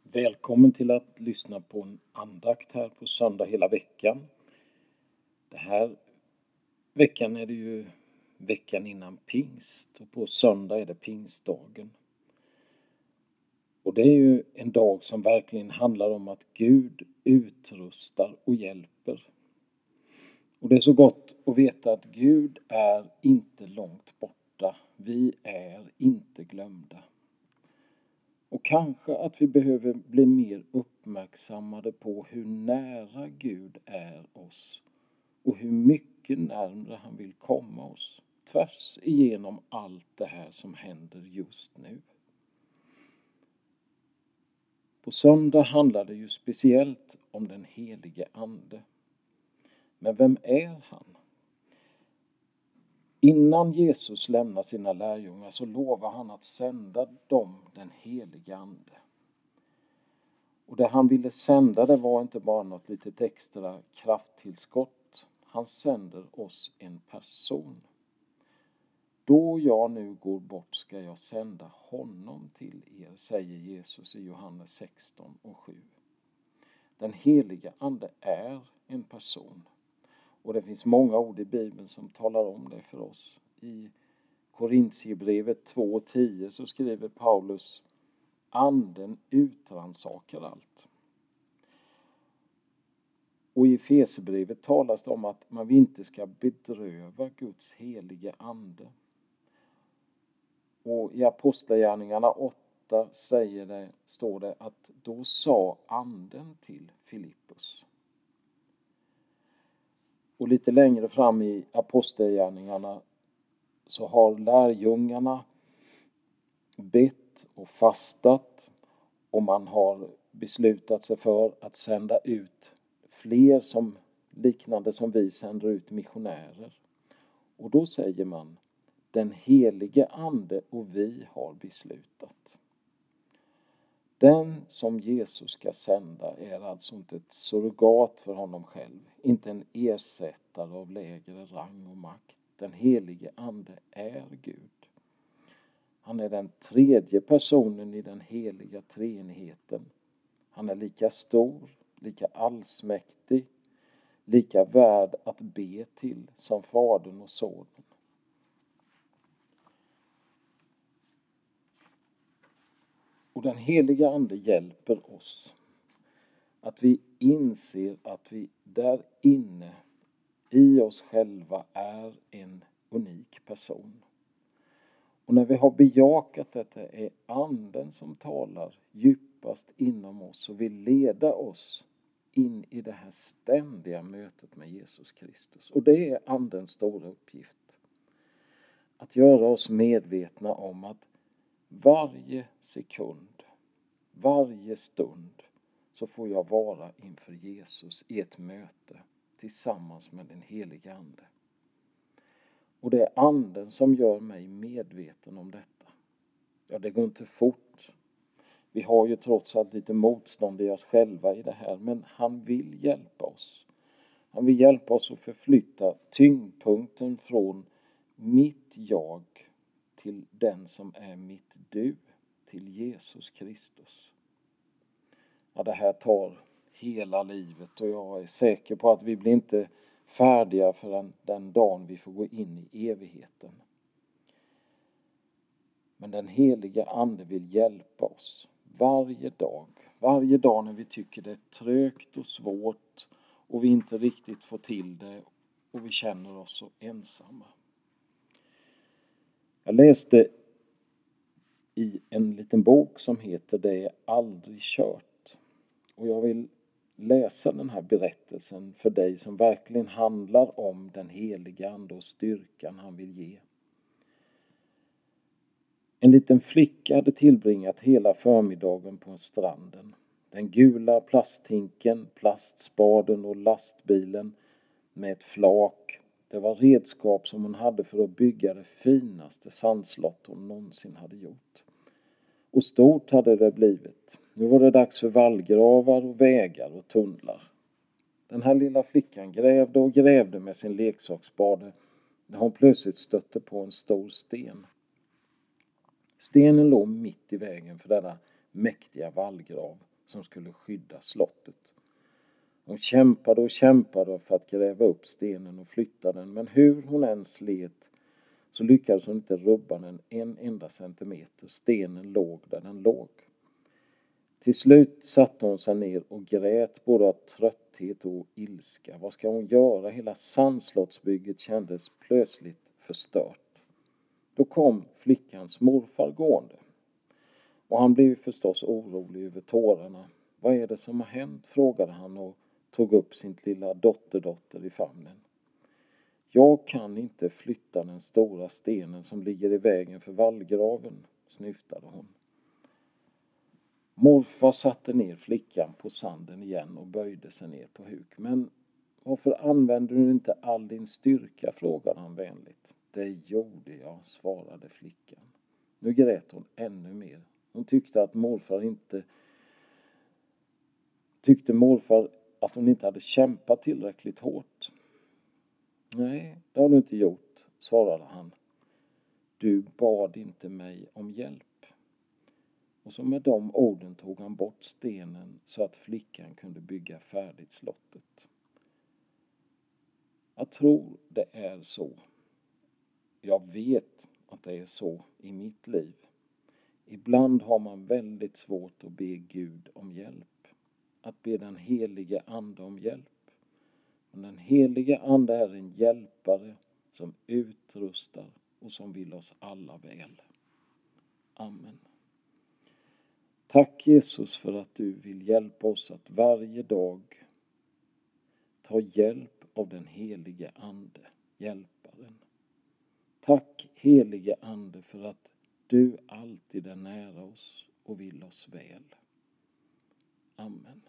Välkommen till att lyssna på en andakt här på söndag hela veckan. Den här veckan är det ju veckan innan pingst och på söndag är det pingstdagen. Och det är ju en dag som verkligen handlar om att Gud utrustar och hjälper. Och det är så gott att veta att Gud är inte långt borta. Vi är inte glömda. Och kanske att vi behöver bli mer uppmärksammade på hur nära Gud är oss och hur mycket närmare han vill komma oss tvärs igenom allt det här som händer just nu. På söndag handlar det ju speciellt om den helige ande. Men vem är han? Innan Jesus lämnar sina lärjungar så lovar han att sända dem den helige ande. Och det han ville sända det var inte bara något litet extra krafttillskott. Han sänder oss en person. Då jag nu går bort ska jag sända honom till er, säger Jesus i Johannes 16:7. Den heliga ande är en person. Och det finns många ord i Bibeln som talar om det för oss. I Korintierbrevet 2:10 så skriver Paulus: anden utransakar allt. Och i Efesierbrevet talas det om att man inte ska bedröva Guds heliga ande. Och i Apostlagärningarna 8 står det att då sa anden till Filippus. Och lite längre fram i Apostlagärningarna så har lärjungarna bett och fastat och man har beslutat sig för att sända ut fler som liknande som vi sänder ut missionärer. Och då säger man: den helige ande och vi har beslutat. Den som Jesus ska sända är alltså inte ett surrogat för honom själv, inte en ersättare av lägre rang och makt. Den helige ande är Gud. Han är den tredje personen i den heliga treenigheten. Han är lika stor, lika allsmäktig, lika värd att be till som Fadern och Sonen. Och den heliga ande hjälper oss att vi inser att vi där inne i oss själva är en unik person. Och när vi har bejakat detta är anden som talar djupast inom oss och vill leda oss in i det här ständiga mötet med Jesus Kristus. Och det är andens stora uppgift. Att göra oss medvetna om att varje sekund, varje stund så får jag vara inför Jesus i ett möte tillsammans med den heliga ande. Och det är anden som gör mig medveten om detta. Ja, det går inte fort. Vi har ju trots allt lite motstånd i oss själva i det här. Men han vill hjälpa oss. Han vill hjälpa oss att förflytta tyngdpunkten från mitt jag till den som är mitt du. Till Jesus Kristus. Ja, det här tar hela livet och jag är säker på att vi blir inte färdiga förrän den dagen vi får gå in i evigheten. Men den heliga ande vill hjälpa oss varje dag när vi tycker det är trögt och svårt och vi inte riktigt får till det och vi känner oss så ensamma. Jag läste i en liten bok som heter Det är aldrig kört. Och jag vill läsa den här berättelsen för dig som verkligen handlar om den heliga ande och styrkan han vill ge. En liten flicka hade tillbringat hela förmiddagen på stranden. Den gula plasthinken, plastspaden och lastbilen med ett flak. Det var redskap som hon hade för att bygga det finaste sandslott hon någonsin hade gjort. Och stort hade det blivit. Nu var det dags för vallgravar och vägar och tunnlar. Den här lilla flickan grävde och grävde med sin leksaksspade när hon plötsligt stötte på en stor sten. Stenen låg mitt i vägen för denna mäktiga vallgrav som skulle skydda slottet. Hon kämpade och kämpade för att gräva upp stenen och flytta den, men hur hon än slet så lyckades hon inte rubba den en enda centimeter. Stenen låg där den låg. Till slut satte hon sig ner och grät både av trötthet och ilska. Vad ska hon göra? Hela sandslottsbygget kändes plötsligt förstört. Då kom flickans morfar gående. Och han blev förstås orolig över tårarna. Vad är det som har hänt? Frågade han och tog upp sin lilla dotter i famnen. Jag kan inte flytta den stora stenen som ligger i vägen för vallgraven, snyftade hon. Morfar satte ner flickan på sanden igen och böjde sig ner på huk. Men varför använder du inte all din styrka? Frågade han vänligt. Det gjorde jag, svarade flickan. Nu grät hon ännu mer. Hon tyckte att morfar att hon inte hade kämpat tillräckligt hårt. Nej, det har du inte gjort, svarade han. Du bad inte mig om hjälp. Och så med de orden tog han bort stenen så att flickan kunde bygga färdigt slottet. Jag tror det är så. Jag vet att det är så i mitt liv. Ibland har man väldigt svårt att be Gud om hjälp. Att be den helige ande om hjälp. Men den helige ande är en hjälpare som utrustar och som vill oss alla väl. Amen. Tack Jesus för att du vill hjälpa oss att varje dag ta hjälp av den helige ande, hjälparen. Tack helige ande för att du alltid är nära oss och vill oss väl. Amen.